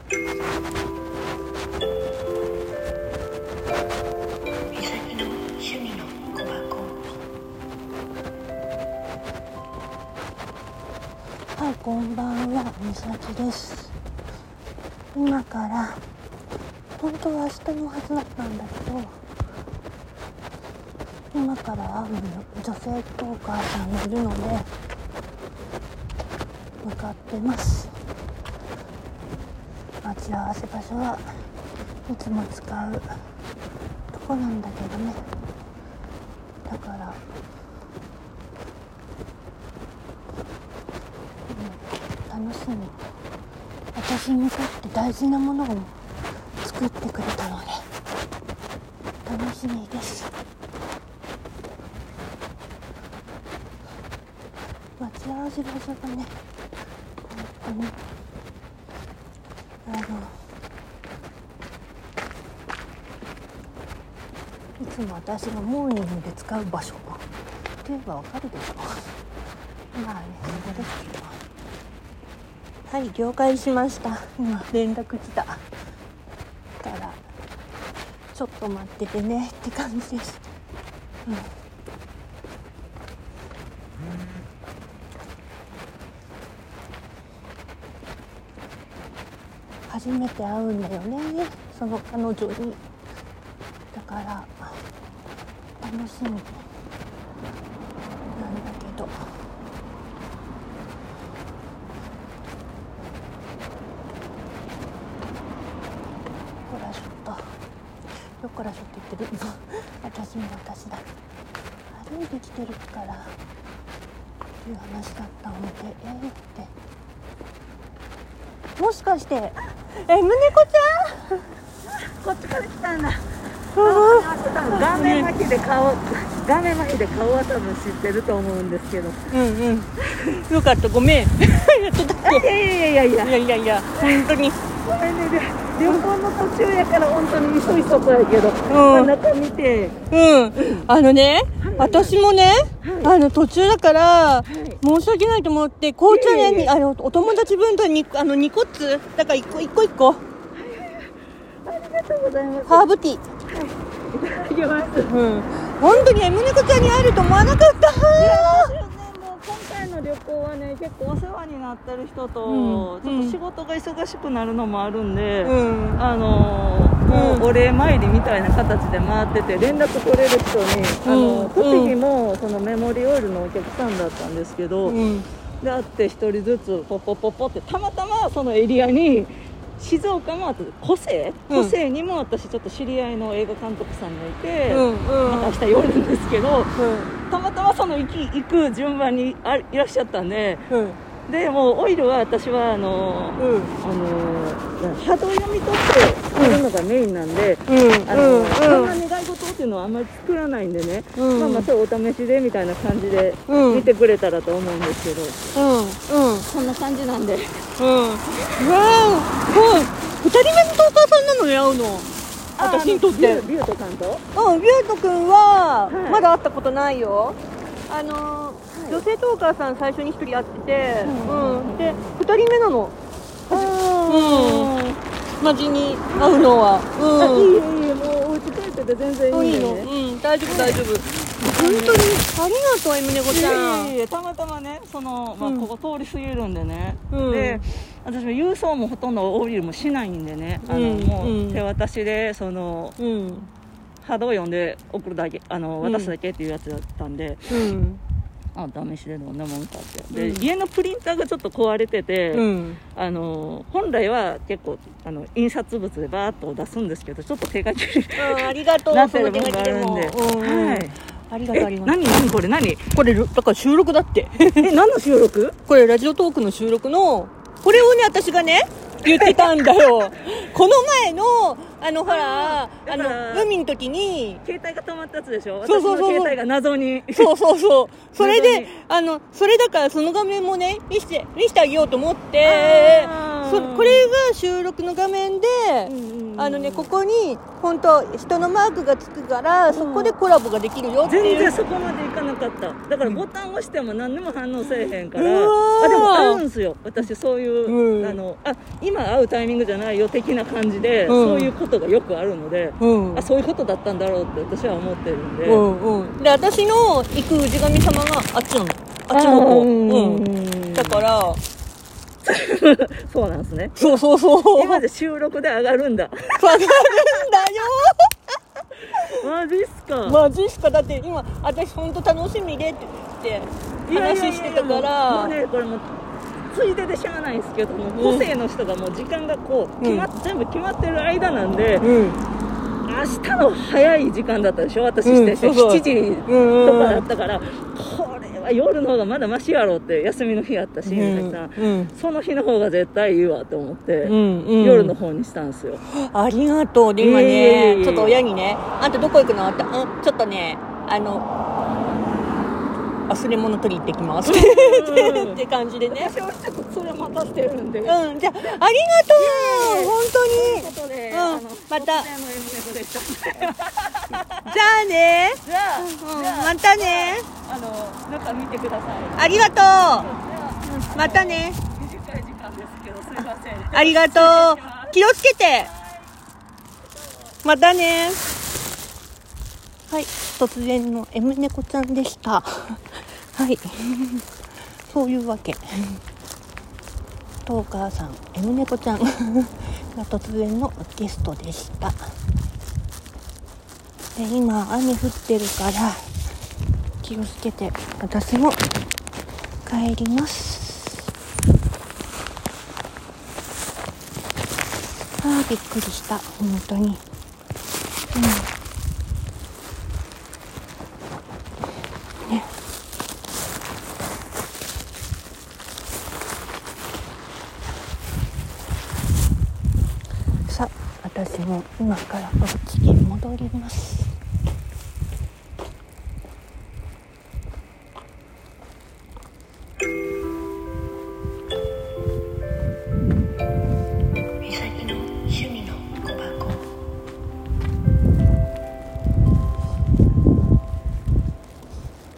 美咲の趣味の小箱。はい、こんばんは、美咲です。今から本当は明日のはずだったんだけど、今から会う女性トーカーさんがいるので向かってます。待ち合わせ場所はいつも使うとこなんだけどね。だから、楽しみ。私にとって大事なものを作ってくれたので楽しみです。待ち合わせ場所がね、本当にいつも私がモーニングで使う場所って言えばわかるでしょ。まあね、そこですけど。はい、了解しました。今連絡来たからちょっと待っててねって感じです。初めて会うんだよね、その彼女に。だから楽しみなんだけど、ほらちょっとどっからちょっと言ってる私も私だ、歩いてきてるからっていう話だったので、ってもしかして胸子ちゃんこっちから来たんだ。画面麻痺で顔は多分知ってると思うんですけど。 よかった、ごめんやっとだって。いや本当にごめんね。旅行の途中やから本当に急いそうやけど、中見て私もね、途中だから、申し訳ないと思って紅茶ね、お友達分と2個ずつだから1個ありがとうございます。 ハーブティー、 いただきます。 本当に胸子ちゃんに会えると思わなかった。 もう今回の旅行はね、結構お世話になってる人と、ちょっと仕事が忙しくなるのもあるんで、もうお礼参りみたいな形で回ってて、連絡取れる人に、栃木もそのメモリーオイルのお客さんだったんですけど、で会って一人ずつポッってたまたまそのエリアに静岡も個性にも私ちょっと知り合いの映画監督さんがいて、また明日寄るんですけど、たまたまその行く順番にいらっしゃったんで、でもうオイルは私は波動読み取って作るのがメインなんで、そんな願い事っていうのはあんまり作らないんでね、まあそうお試しでみたいな感じで見てくれたらと思うんですけど、そんな感じなんで、 2人目のトーカーさんなのね、会うの私にとって。 ビュートさんとビュート君はまだ会ったことないよ。女性トーカーさん最初に1人会ってて、で2人目なの。マジに会うのは。 いいもうお家帰ってて全然いいのね。 大丈夫本当にありがとう、胸子ちゃん。 たまたまね、ここ通り過ぎるんでね、で私も郵送もほとんどオイルもしないんでね、もう手渡しで波動読んで送るだけ、渡すだけっていうやつだったんで、試しでどんなもんかって。で、家のプリンターがちょっと壊れてて、本来は結構印刷物でバーッと出すんですけど、ちょっと手書きありがとう、 なってるものがあるんで、 ありがとう。 何これこれだから収録だって何の収録？ これラジオトークの収録の、これをね私がね言ってたんだよこの前のほら海の時に携帯が止まったやつでしょ。 そう私の携帯が謎にそうそれでそれだからその画面もね見せてあげようと思って、 これが収録の画面で、ここに本当人のマークがつくから、そこでコラボができるよっていう。 全然そこまでいかなかった。だからボタン押しても何でも反応せえへんから、でもあるんですよ、私そういう、今会うタイミングじゃないよ的な感じで、そういうことがよくあるので、そういうことだったんだろうって私は思ってるんで、 で私の行く氏神様があっちなの、あっちの子、だからそうなんですね。 そう今で収録で上がるんだ。 上がるんだよマジっすか。 マジっすか。だって今私本当楽しみでって話してたから。 もうね、これもついででしゃあないんですけども、個性の人がもう時間がこう全部決まってる間なんで、明日の早い時間だったでしょ、私して7時とかだったから、これは夜の方がまだマシやろって、休みの日やったし、その日の方が絶対いいわと思って、夜の方にしたんですよ。 ありがとう。で今ね、ちょっと親にね、あんたどこ行くのって、ちょっとね忘れ物取り行ってきますって感じでね。 私はちょっとそれ待たせてるんで。 じゃあありがとう、本当に。 ということで、 また。 じゃあね。 じゃあまたね。 中見てください。 ありがとう。またね。 短い時間ですけど、すいません。 ありがとう。気をつけて。またね。はい、突然の M 猫ちゃんでした。はい、そういうわけ。トーカーさん M 猫ちゃんが突然のゲストでした。で今雨降ってるから気をつけて、私も帰ります。びっくりした、本当に。さあ、私も今からお家に戻ります。